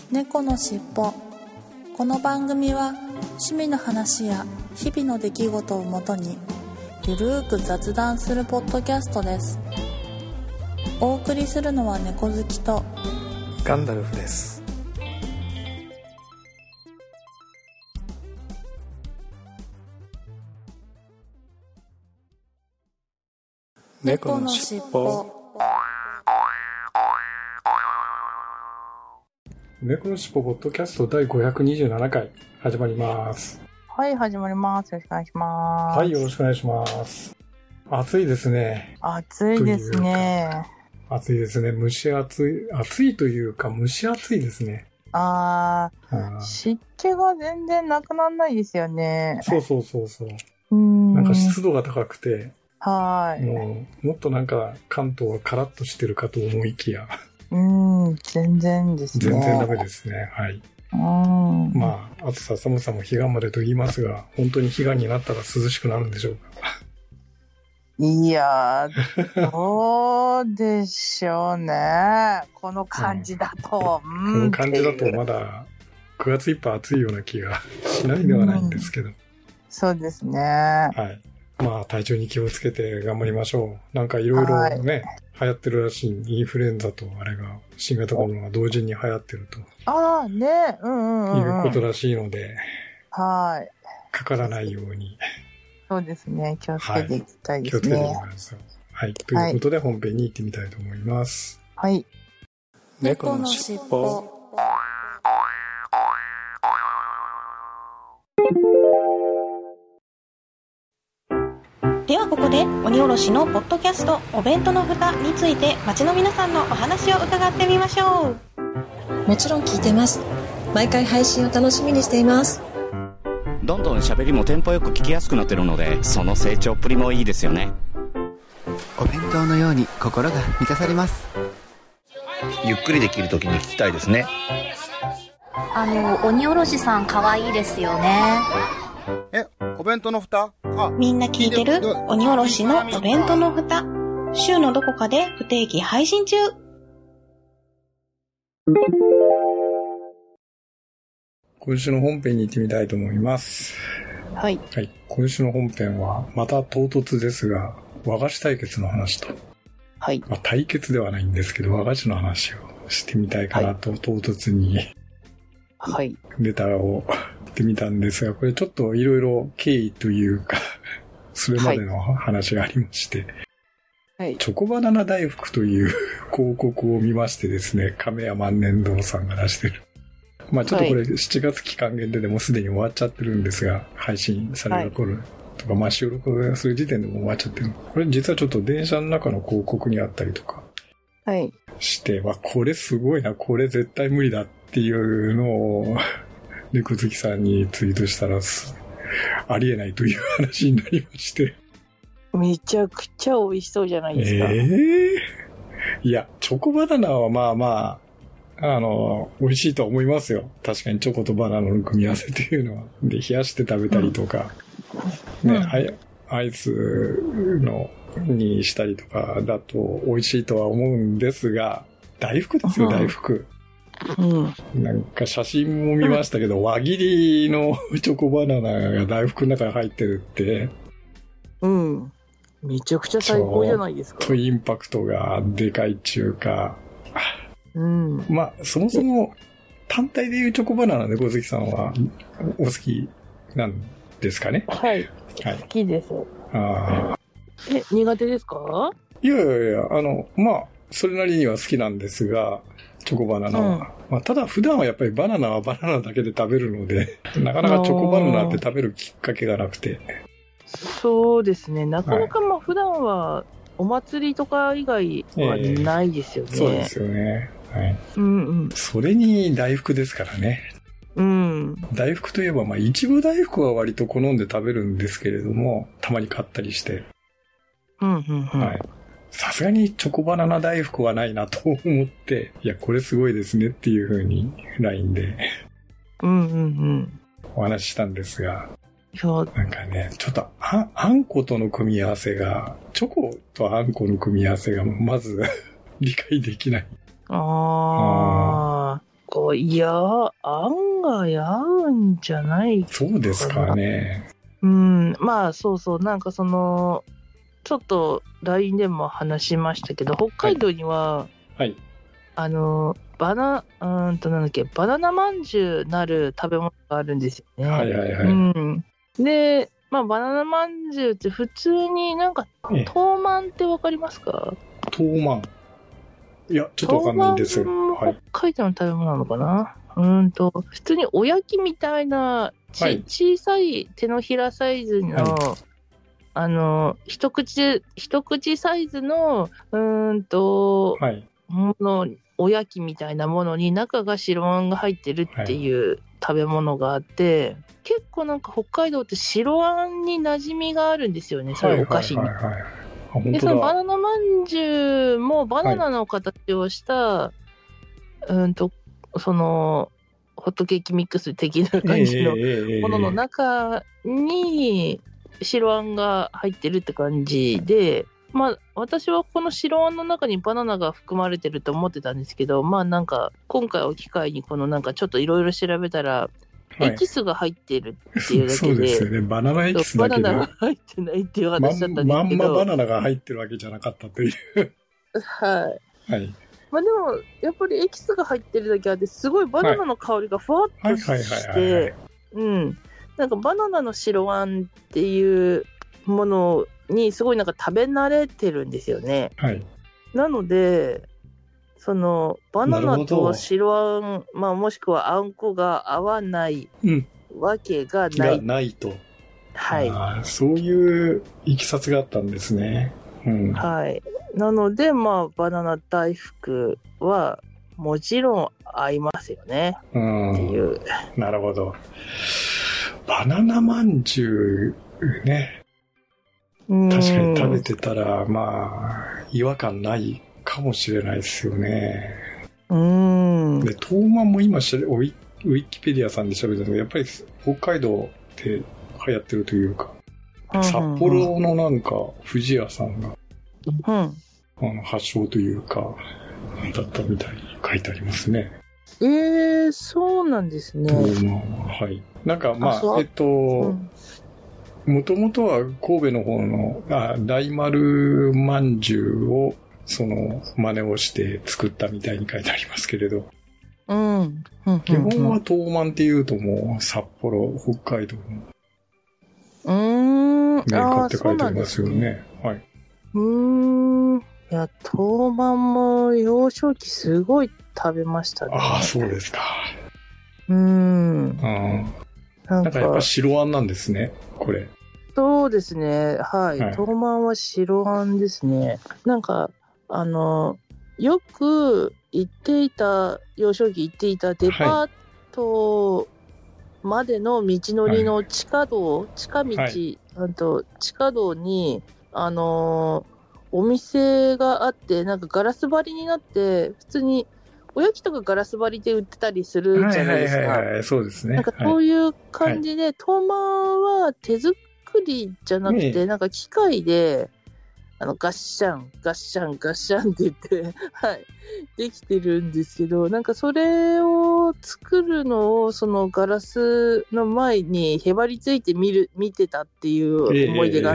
猫のしっぽ。この番組は趣味の話や日々の出来事をもとにゆるーく雑談するポッドキャストです。お送りするのは猫好きとガンダルフです。 猫のしっぽ。 猫のしっぽポッドキャスト第527回始まります。 はい、始まります。よろしくお願いします。 はい、よろしくお願いします。暑いですね。 暑いですね。 暑いですね。蒸し暑い。暑いというか蒸し暑いですね。 湿気が全然なくならないですよね。 そう。なんか湿度が高くて。もっとなんか関東はカラッとしてるかと思いきや。 全然ですね。 全然ダメですね。はい。まあ、暑さ寒さも彼岸までと言いますが、本当に彼岸になったら涼しくなるんでしょうか。 いやー、どうでしょうね。この感じだと。この感じだとまだ9月いっぱい暑いような気がしないではないんですけど。 そうですね。 はい。まあ、体調に気をつけて頑張りましょう。なんかいろいろね、流行ってるらしい。インフルエンザとあれが、新型コロナが同時に流行ってると。いうことらしいので、かからないように。 そうですね。気をつけていきたいですね。 気をつけていきましょう。はい。ということで本編に行ってみたいと思います。 はい。 猫のしっぽ。 ではここで鬼おろしのポッドキャストお弁当の蓋について街の皆さんのお話を伺ってみましょう。もちろん聞いてます。毎回配信を楽しみにしています。 どんどん喋りもテンポよく聞きやすくなってるので、その成長っぷりもいいですよね。 お弁当のように心が満たされます。 ゆっくりできるときに聞きたいですね。 鬼おろしさん可愛いですよね。 お弁当の蓋？ みんな聞いてる鬼おろしのお弁当の蓋。週のどこかで不定期配信中。 今週の本編に行ってみたいと思います。 はい。 はい。今週の本編はまた唐突ですが、和菓子対決の話と。 はい。 まあ、対決ではないんですけど、和菓子の話をしてみたいかなと、唐突に。 はい。 レターを言ってみたんですが、これちょっといろいろ経緯というか、それまでの話がありまして、 はい。 チョコバナナ大福という広告を見ましてですね、亀屋万年堂さんが出してる。まあちょっとこれ7月期間限定でもうすでに終わっちゃってるんですが、配信される頃とか、まあ収録する時点でも終わっちゃってる。これ実はちょっと電車の中の広告にあったりとかして、これすごいな、これ絶対無理だっていうのを猫好きさんにツイートしたらありえないという話になりまして。 めちゃくちゃ美味しそうじゃないですか。 いや、チョコバナナはまあまあ、美味しいと思いますよ。確かにチョコとバナナの組み合わせっていうのは。で、冷やして食べたりとか、アイスのにしたりとかだと美味しいとは思うんですが、大福ですよ、大福。なんか写真も見ましたけど、輪切りのチョコバナナが大福の中に入ってるって。 めちゃくちゃ最高じゃないですか。 ちょっとインパクトがでかいっていうか、まあ、そもそも単体でいうチョコバナナで猫好きさんはお好きなんですかね？ はい。好きです。苦手ですか？ いや、まあ、それなりには好きなんですが、チョコバナナは。まあ、ただ普段はやっぱりバナナはバナナだけで食べるので、なかなかチョコバナナって食べるきっかけがなくて。 そうですね。なかなかまあ普段はお祭りとか以外はないですよね。 そうですよね。はい。それに大福ですからね。大福といえば、まあ、いちご大福は割と好んで食べるんですけれども、たまに買ったりして。さすがにチョコバナナ大福はないなと思って、いや、これすごいですねっていう風に LINE でお話ししたんですが、なんかね、ちょっとあんことの組み合わせが、チョコとあんこの組み合わせがまず理解できない。 こいや、案外合うんじゃないかな。 そうですかね。 まあそうそう、なんかその、ちょっと LINE でも話しましたけど、北海道には、 はい。 バナナまんじゅうなる食べ物があるんですよね。 はいはいはい。 で、まあバナナまんじゅうって普通になんか、トーマンってわかりますか？ トーマン。いや、ちょっとわかんないんですよ。 北海道の食べ物なのかな？普通におやきみたいな、小さい手のひらサイズの、一口サイズの、おやきみたいなものに中が白あんが入ってるっていう食べ物があって、結構なんか北海道って白あんに馴染みがあるんですよね、そういうお菓子に。で、そのバナナまんじゅうもバナナの形をした、その、ホットケーキミックス的な感じのものの中に白あんが入ってるって感じで、まあ私はこの白あんの中にバナナが含まれてると思ってたんですけど、まあなんか今回を機会にこのなんかちょっといろいろ調べたら、エキスが入ってるっていうだけで、 そうですよね。バナナエキスだけで。 バナナが入ってないっていう話だったんですけど。 まんまバナナが入ってるわけじゃなかったという。 はい。 はい。 まあでも、やっぱりエキスが入ってるだけあって、すごいバナナの香りがふわっとして、なんかバナナの白あんっていうものにすごいなんか食べ慣れてるんですよね。 はい。 なので、そのバナナと白あん、まあもしくはあんこが合わないわけがない。 ないと。 はい。 そういういきさつがあったんですね。 はい。なので、まあ、バナナ大福は、もちろん合いますよね。っていう。 なるほど。バナナまんじゅうね。確かに食べてたら、まあ、違和感ないかもしれないですよね。で、トーマンも今ウィキペディアさんで調べたけど、やっぱり北海道って流行ってるというか、札幌のなんか、藤屋さんが、発祥というか、だったみたいに書いてありますね。 そうなんですね。 はい。なんかまあ、もともとは神戸の方の大丸まんじゅうをその真似をして作ったみたいに書いてありますけれど。基本はトーマンっていうともう札幌、北海道のメーカーって書いてありますよね。はい。 いや、トーマンも幼少期すごい食べましたね。 そうですか。なんかやっぱ白あんなんですね、これ。 そうですね。はい。トーマンは白あんですね。なんか、よく幼少期行っていたデパートまでの道のりの地下道に、お店があって、なんかガラス張りになって、普通におやきとかガラス張りで売ってたりするじゃないですか。 そうですね。 なんかそういう感じで、トーマンは手作りじゃなくて、なんか機械で、ガッシャン、ガッシャン、ガッシャンって言って、はい、できてるんですけど、なんかそれを作るのを、そのガラスの前にへばりついて見てたっていう思い出があって、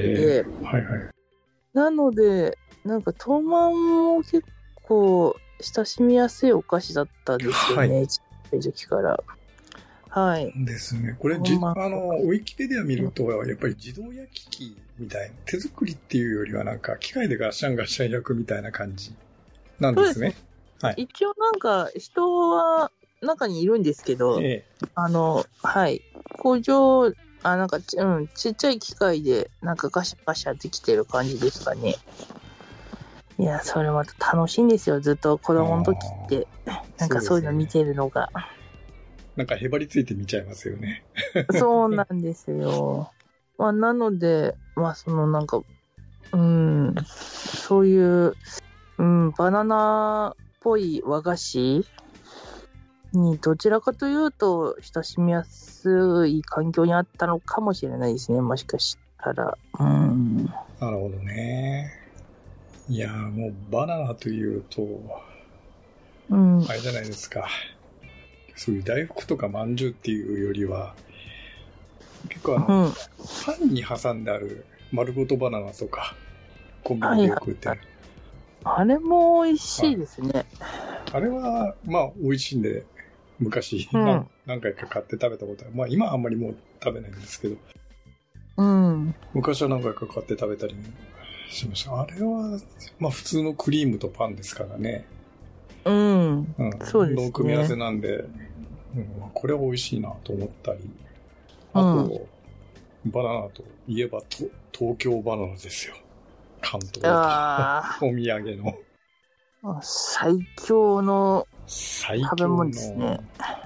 なので、なんかトーマンも結構親しみやすいお菓子だったんですよね、ちっちゃい時から。はい。 ですね。これ、ウィキペディア見ると、やっぱり自動焼き器みたいな、手作りっていうよりはなんか、機械でガッシャンガッシャン焼くみたいな感じなんですね。はい。 一応なんか、人は中にいるんですけど、はい。工場、なんか、ちっちゃい機械で、なんかガシャガシャできてる感じですかね。いや、それまた楽しいんですよ。ずっと子供の時って。なんかそういうの見てるのが。 なんかへばりついて見ちゃいますよね。 そうなんですよ。まあ、なので、まあ、そのなんか、そういう、バナナっぽい和菓子にどちらかというと親しみやすい環境にあったのかもしれないですね。もしかしたら。 なるほどね。いやーもうバナナというと、あれじゃないですか。 そういう大福とかまんじゅうっていうよりは、結構パンに挟んである丸ごとバナナとか、コンビニでよく売ってる。 あれも美味しいですね。 あれは、まあ、美味しいんで、昔、何回か買って食べたことある。まあ、今はあんまりもう食べないんですけど、昔は何回か買って食べたりもしました。あれは、まあ、普通のクリームとパンですからね。そうですね。の組み合わせなんで、これは美味しいなと思ったり。あと、バナナといえば東京バナナですよ。関東お土産の。 最強の食べ物ですね。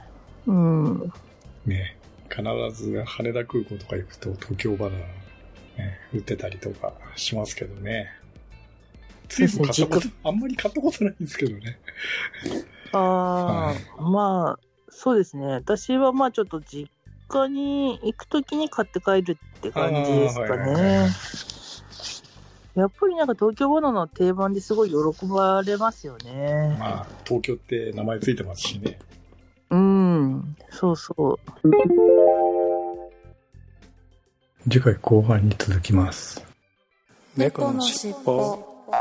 ね、必ず羽田空港とか行くと東京バナナ、売ってたりとかしますけどね。つい買ったこと、あんまり買ったことないんですけどね。 まあ、そうですね。私はまあちょっと実家に行くときに買って帰るって感じですかね。やっぱりなんか東京バナナの定番ですごい喜ばれますよね。 まあ、東京って名前ついてますしね。 そうそう。 次回後半に続きます。 猫のしっぽ。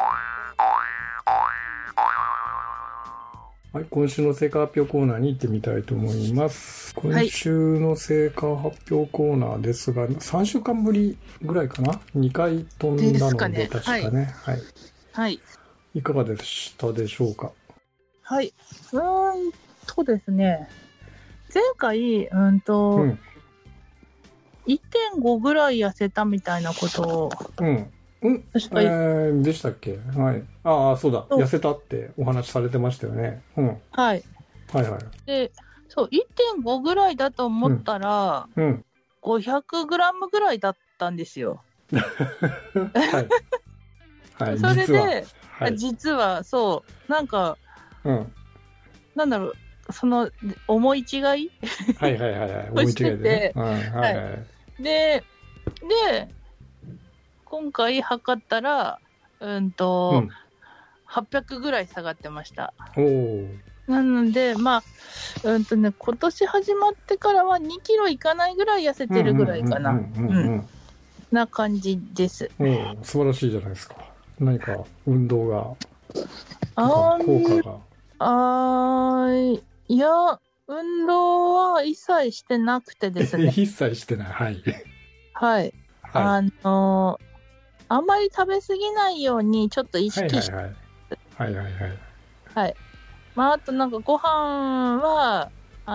はい、今週の成果発表コーナーに行ってみたいと思います。今週の成果発表コーナーですが、3週間ぶりぐらいかな ?2 回飛んだので、確かね。はい。いかがでしたでしょうか？ はい。ですね。前回、1.5 ぐらい痩せたみたいなことを、 でしたっけ？はい。ああ、そうだ。痩せたってお話しされてましたよね。 はい。で、そう、1.5 ぐらいだと思ったら、500グラムぐらいだったんですよ。それで、実は、そう、なんか、なんだろう、その、思い違い思い違いで。で、今回測ったら、800ぐらい下がってました。なので、まあ、今年始まってからは2キロいかないぐらい痩せてるぐらいかな。な感じです。 素晴らしいじゃないですか。何か運動が、効果が。 いや、運動は一切してなくてですね。 一切してない。はい。 はい。あんまり食べ過ぎないようにちょっと意識して。はい。まあ、あとなんかご飯は、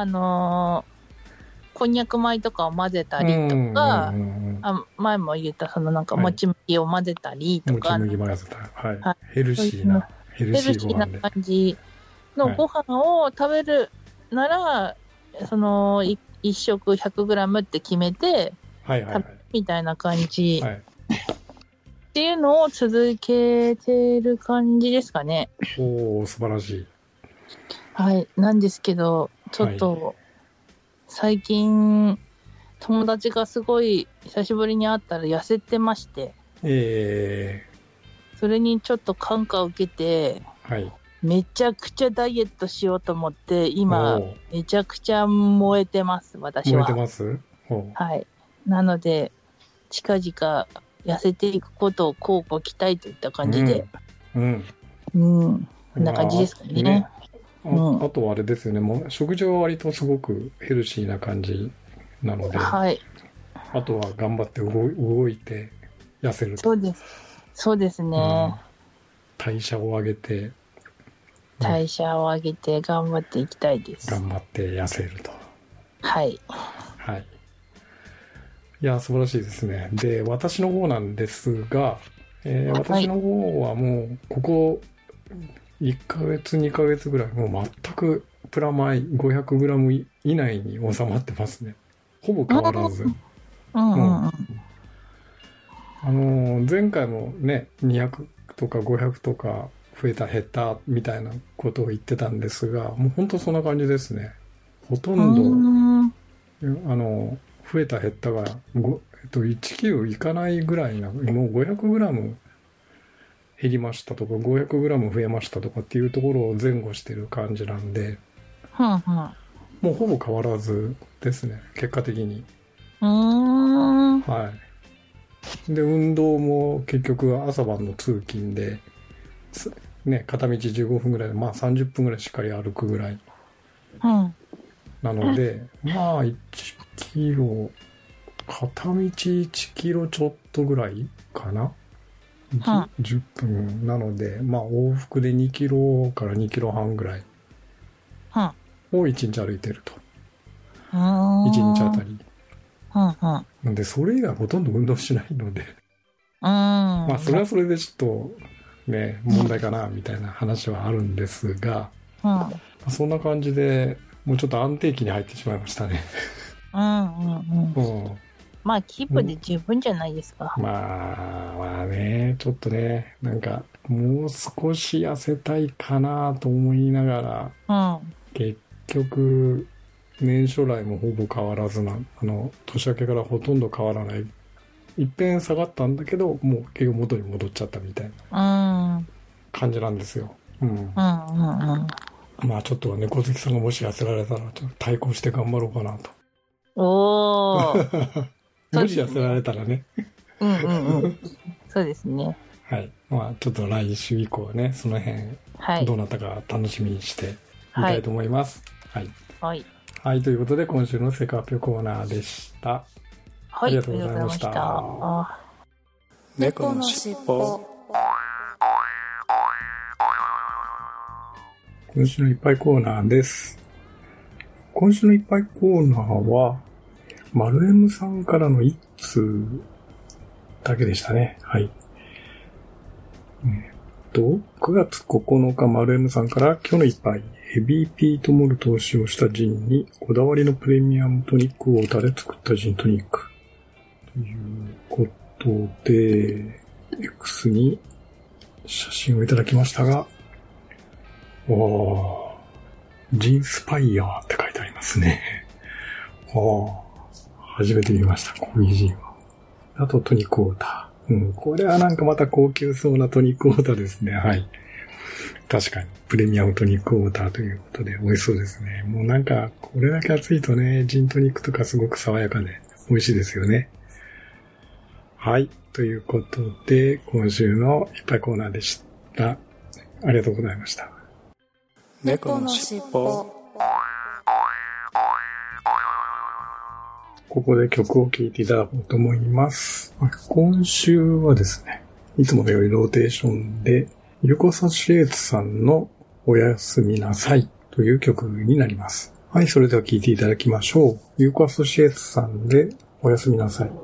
こんにゃく米とかを混ぜたりとか、前も言ったそのなんかもち麦を混ぜたりとか。 もち麦混ぜた。はい。ヘルシーな感じのご飯を食べるなら、その1食 100g って決めて、みたいな感じ。っていうのを続けてる感じですかね。 素晴らしい。 はい。なんですけど、ちょっと、最近、友達がすごい久しぶりに会ったら痩せてまして。それにちょっと感化を受けて、めちゃくちゃダイエットしようと思って、今、めちゃくちゃ燃えてます、私は。 燃えてます？ はい。なので、近々、痩せていくことを乞うご期待といった感じで。こんな感じですかね。 あとはあれですよね。もう食事は割とすごくヘルシーな感じなので。あとは頑張って動いて痩せると。 そうですね。 代謝を上げて。 代謝を上げて頑張っていきたいです。 頑張って痩せると。 はい。 いや、素晴らしいですね。で、私の方なんですが、私の方はもう、ここ、1ヶ月、2ヶ月ぐらい、もう全くプラマイ 500g 以内に収まってますね。ほぼ変わらず。前回もね、200とか500とか増えた減ったみたいなことを言ってたんですが、もう本当そんな感じですね。ほとんど、増えた減ったが1キロいかないぐらいな、もう 500g 減りましたとか 500g 増えましたとかっていうところを前後してる感じなんで、 もうほぼ変わらずですね、結果的に。はい。で、運動も結局朝晩の通勤で、ね、片道15分ぐらいで、まあ30分ぐらいしっかり歩くぐらい。なので、まあ1キロ、片道1キロちょっとぐらいかな。10分なので、まあ往復で2キロから2キロ半ぐらいを1日歩いてると。1日あたり。なんで、それ以外ほとんど運動しないので。まあ、それはそれでちょっと、ね、問題かな、みたいな話はあるんですが、そんな感じで、もうちょっと安定期に入ってしまいましたね。 まあ、キープで十分じゃないですか。 まあね、ちょっとね、なんか、もう少し痩せたいかなと思いながら、結局、年初来もほぼ変わらずな、年明けからほとんど変わらない。一遍下がったんだけど、もう結局元に戻っちゃったみたいな感じなんですよ。まあちょっと猫好きさんがもし痩せられたら、ちょっと対抗して頑張ろうかなと。もし痩せられたらね。 そうですね。 はい。まあちょっと来週以降はね、その辺、どうなったか楽しみにしてみたいと思います。はい、ということで今週のセカ発表コーナーでした。ありがとうございました。 猫のしっぽ。 今週のいっぱいコーナーです。今週のいっぱいコーナーは、マルエムさんからの一通だけでしたね。はい。9月9日、マルエムさんから今日の一杯、ヘビーピートモルトを使用したジンに、こだわりのプレミアムトニックウォーターで作ったジントニック。ということで、X に写真をいただきましたが、ジンスパイアって書いてありますね。初めて見ました、こういうジンは。あとトニックウォーター。これはなんかまた高級そうなトニックウォーターですね。はい。確かに。プレミアムトニックウォーターということで美味しそうですね。もうなんか、これだけ暑いとね、ジントニックとかすごく爽やかで美味しいですよね。はい。ということで、今週のいっぱいコーナーでした。ありがとうございました。 猫のしっぽ。 ここで曲を聴いていただこうと思います。今週はですね、いつものよりローテーションで、ユーコアソシエイツさんのおやすみなさいという曲になります。はい、それでは聴いていただきましょう。ユーコアソシエイツさんでおやすみなさい。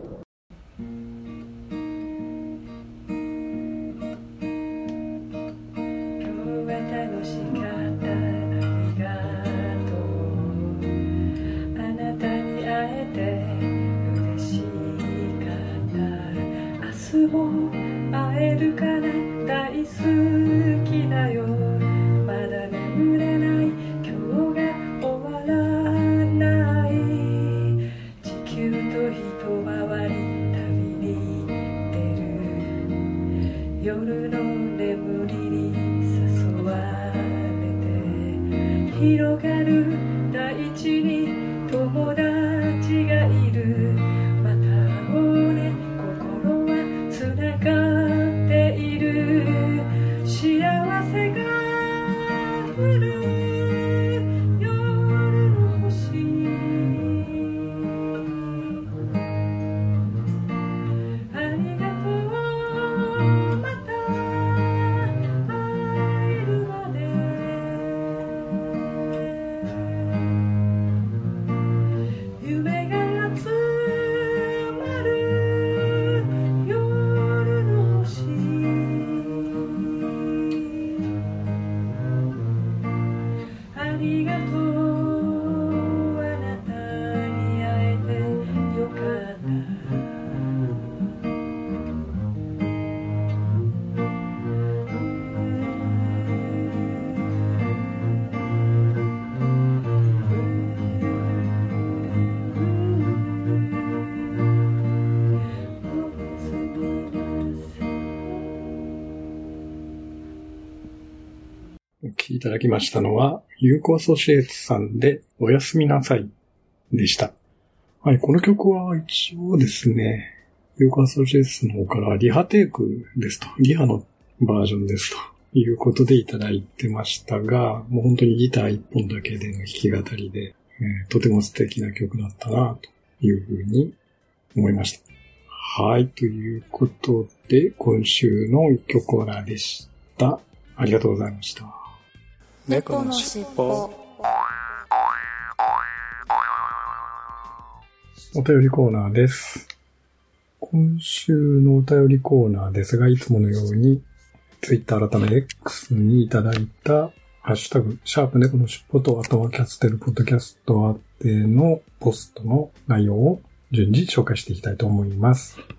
会えるから大好きだよ。まだ眠れない今日が終わらない。地球と一回り旅に出る。夜の眠りに誘われて広がる大地に友達がいる。また会おうね、心はつながっている。幸せが降る夜の星。ありがとう、また会えるまで。夢が集まる夜の星。ありがとう、あなたに会えてよかった。 お聴きいただきましたのは、 ユーコアソシエイツさんでおやすみなさいでした。はい、この曲は一応ですね、ユーコアソシエイツの方からリハテイクですと、リハのバージョンですということでいただいてましたが、もう本当にギター一本だけでの弾き語りで、とても素敵な曲だったなというふうに思いました。はい、ということで今週の一曲コーナーでした。ありがとうございました。 猫のしっぽ。 お便りコーナーです。今週のお便りコーナーですが、いつものようにツイッター改め X にいただいたハッシュタグ、シャープ猫のしっぽと、あとはキャステルポッドキャスト宛てのポストの内容を順次紹介していきたいと思います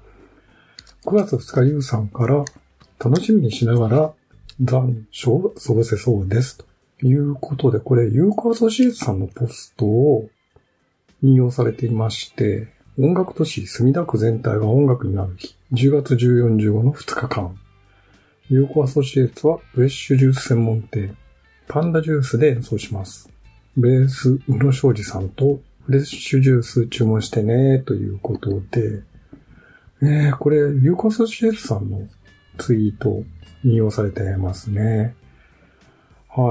。9月2日ゆうさんから楽しみにしながら残暑を過ごせそうですということで、これユーコアソシエイツさんのポストを引用されていまして、音楽都市墨田区全体が音楽になる日、10月14、15の2日間。ユーコアソシエイツはフレッシュジュース専門店、パンダジュースで演奏します。ベース、宇野昌司さんとフレッシュジュース注文してね、ということで、これ、ユーコアソシエイツさんのツイート引用されてますね。はい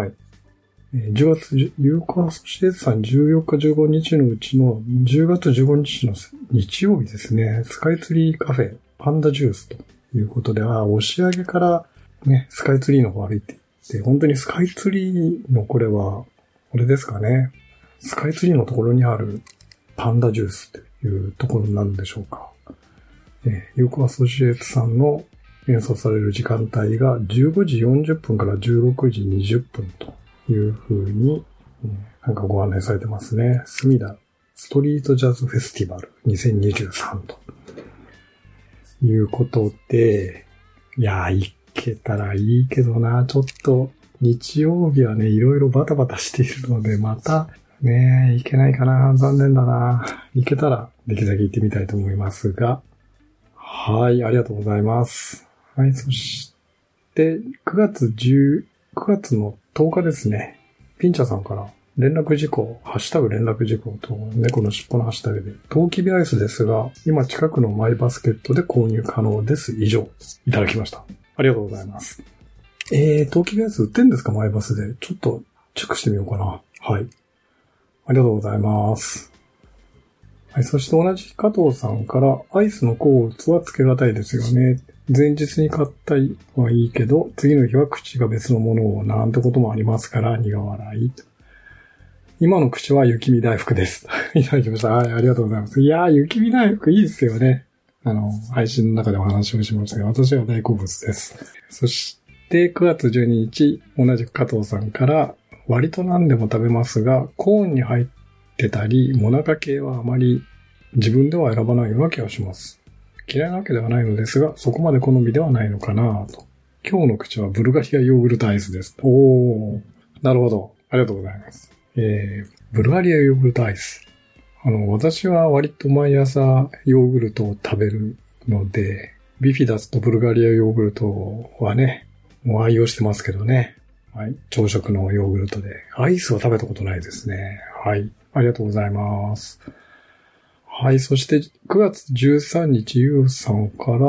。10月、ユーコアソシエイツさん14日15日のうちの10月15日の日曜日ですね、スカイツリーカフェパンダジュースということで、押上からね、スカイツリーの方歩いていって、本当にスカイツリーのこれは、これですかね、スカイツリーのところにあるパンダジュースというところなんでしょうか。ユーコアソシエイツさんの演奏される時間帯が15時40分から16時20分という風に、なんかご案内されてますね。墨田ストリートジャズフェスティバル2023ということで、いやー、行けたらいいけどな、ちょっと日曜日はね、いろいろバタバタしているので、またね、行けないかな、残念だな。行けたらできるだけ行ってみたいと思いますが、はい、ありがとうございます。はい、そして9月の10日ですね。ピンチャーさんから連絡事項、ハッシュタグ連絡事項と猫の尻尾のハッシュタグで、トウキビアイスですが、今近くのマイバスケットで購入可能です。以上、いただきました。ありがとうございます。トウキビアイス売ってんですか、マイバスで。ちょっとチェックしてみようかな。はい。ありがとうございます。はい、そして同じ加藤さんから、アイスの好物はつけがたいですよね。前日に買ったはいいけど、次の日は口が別のものをなんてこともありますから、苦笑い。今の口は雪見大福です。いただきました。はい、ありがとうございます。いやー、雪見大福いいですよね。配信の中でお話をしましたが、私は大好物です。そして、9月12日、同じく加藤さんから、割と何でも食べますが、コーンに入ってたり、モナカ系はあまり自分では選ばないような気がします。嫌いなわけではないのですが、そこまで好みではないのかなと。今日の口はブルガリアヨーグルトアイスです。おー、なるほど。ありがとうございます。ブルガリアヨーグルトアイス。私は割と毎朝ヨーグルトを食べるので、ビフィダスとブルガリアヨーグルトはね、もう愛用してますけどね。はい。朝食のヨーグルトで。アイスは食べたことないですね。はい。ありがとうございます。はい。そして9月13日、ゆうさんから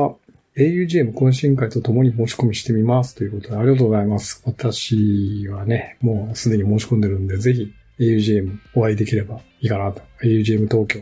augm 懇親会とともに申し込みしてみますということでありがとうございます。私はね、もうすでに申し込んでるんで、ぜひ augm お会いできればいいかなと。augm 東京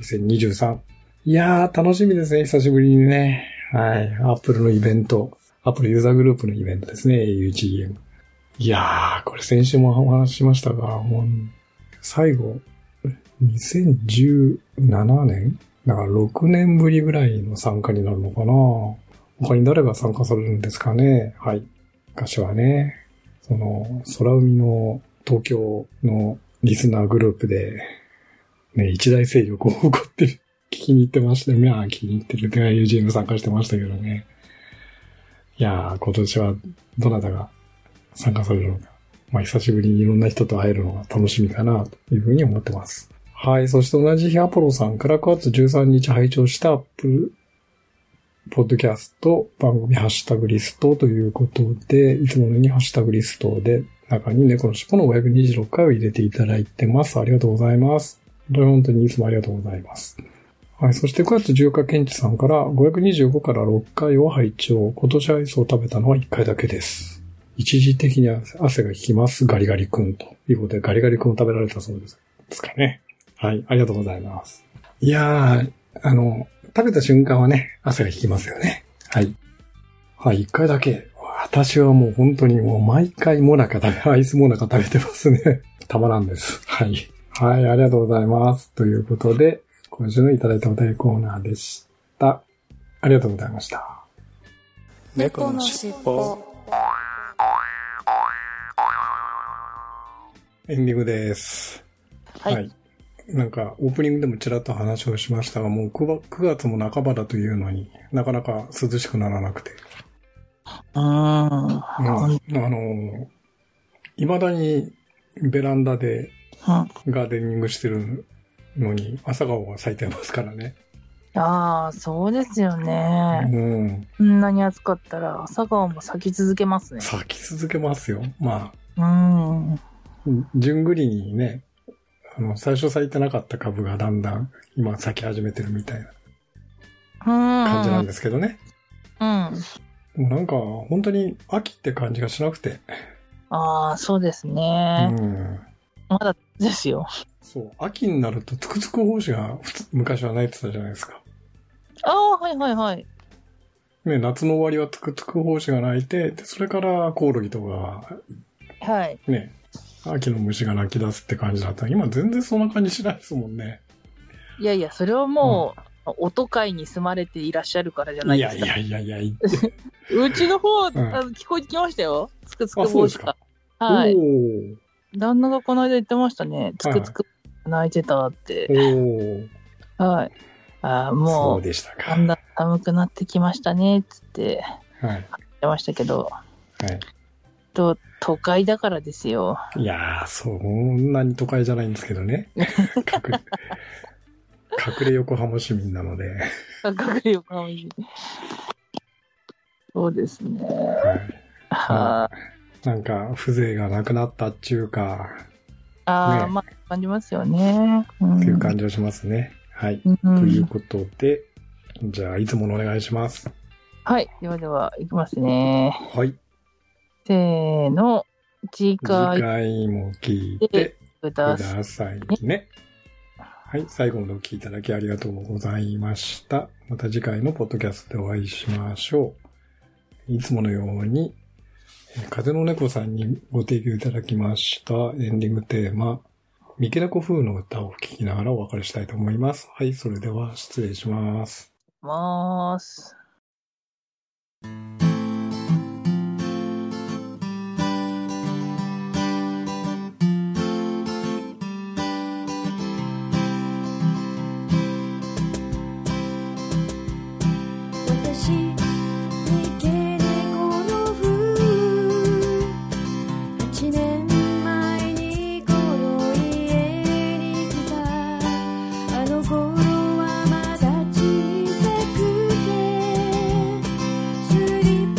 2023。いやー、楽しみですね。久しぶりにね。はい。Apple のイベント。Apple ユーザーグループのイベントですね。augm。いやー、これ先週もお話ししましたが、もう、最後、2017年だから6年ぶりぐらいの参加になるのかな。他に誰が参加されるんですかね。はい。昔はね、空海の東京のリスナーグループで、ね、一大勢力を誇ってる。聞きに行ってましたね。聞きに行ってる。augm 参加してましたけどね。いやー、今年はどなたが参加されるのか。久しぶりにいろんな人と会えるのが楽しみかなというふうに思ってます。はい。そして同じ日アポロさんから9月13日拝聴したアップルポッドキャスト番組ハッシュタグリストということで、いつものようにハッシュタグリストで中に猫のしっぽの526回を入れていただいてます。ありがとうございます。本当にいつもありがとうございます。はい。そして9月14日、ケンチさんから525から6回を拝聴。今年アイスを食べたのは1回だけです。一時的に汗が引きます。ガリガリ君ということで、ガリガリ君を食べられたそうですかね。はい。ありがとうございます。いやー、食べた瞬間はね、汗が引きますよね。はい。はい、1回だけ。私はもう本当にもう毎回アイスモナカ食べてますね。たまらんです。はい。はい、ありがとうございます。ということで、今週のいただいたお便りコーナーでした。ありがとうございました。 猫のしっぽ。 エンディングです。 はい。 なんか、オープニングでもちらっと話をしましたが、もう9月も半ばだというのになかなか涼しくならなくて。未だにベランダでガーデニングしてるのに朝顔が咲いてますからね。 ああ、そうですよね。こんなに暑かったら朝顔も咲き続けますね。 咲き続けますよ。まあ。順繰りにね、最初咲いてなかった株がだんだん今咲き始めてるみたいな感じなんですけどね。でもなんか本当に秋って感じがしなくて。 ああ、そうですね。まだですよ。 そう、秋になるとつくつく胞子が昔は鳴いてたじゃないですか。 ああ、はいはいはい。 ね、夏の終わりはつくつく胞子が鳴いて、でそれからコオロギとか、 はい。 ね、秋の虫が鳴き出すって感じだった。今全然そんな感じしないですもんね。 いやいや、それはもう、音階に住まれていらっしゃるからじゃないですか。 いや。 うちの方、聞こえてきましたよ。つくつく帽子が。はい。旦那がこの間言ってましたね。つくつく泣いてたって。はい。もう、 そうでしたか。 だんだん寒くなってきましたね、つって、 言ってましたけど。 はい。 都会だからですよ。 いやー、そんなに都会じゃないんですけどね。隠れ横浜市民なので。 隠れ横浜市民。そうですね。 はい。なんか、風情がなくなったっていうか。 まあ、感じますよね。 っていう感じがしますね。はい。ということで、じゃあ、いつものお願いします。 はい。では、いきますね。 はい。 せーの。次回も聞いてくださいね。はい。最後までお聞きいただきありがとうございました。また次回のポッドキャストでお会いしましょう。いつものように、風の猫さんにご提供いただきましたエンディングテーマ、三毛猫風の歌を聴きながらお別れしたいと思います。はい。それでは失礼します。 すり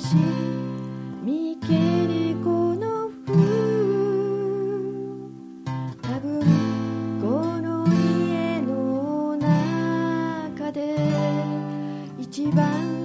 しみけりこの風多分この家の中で一番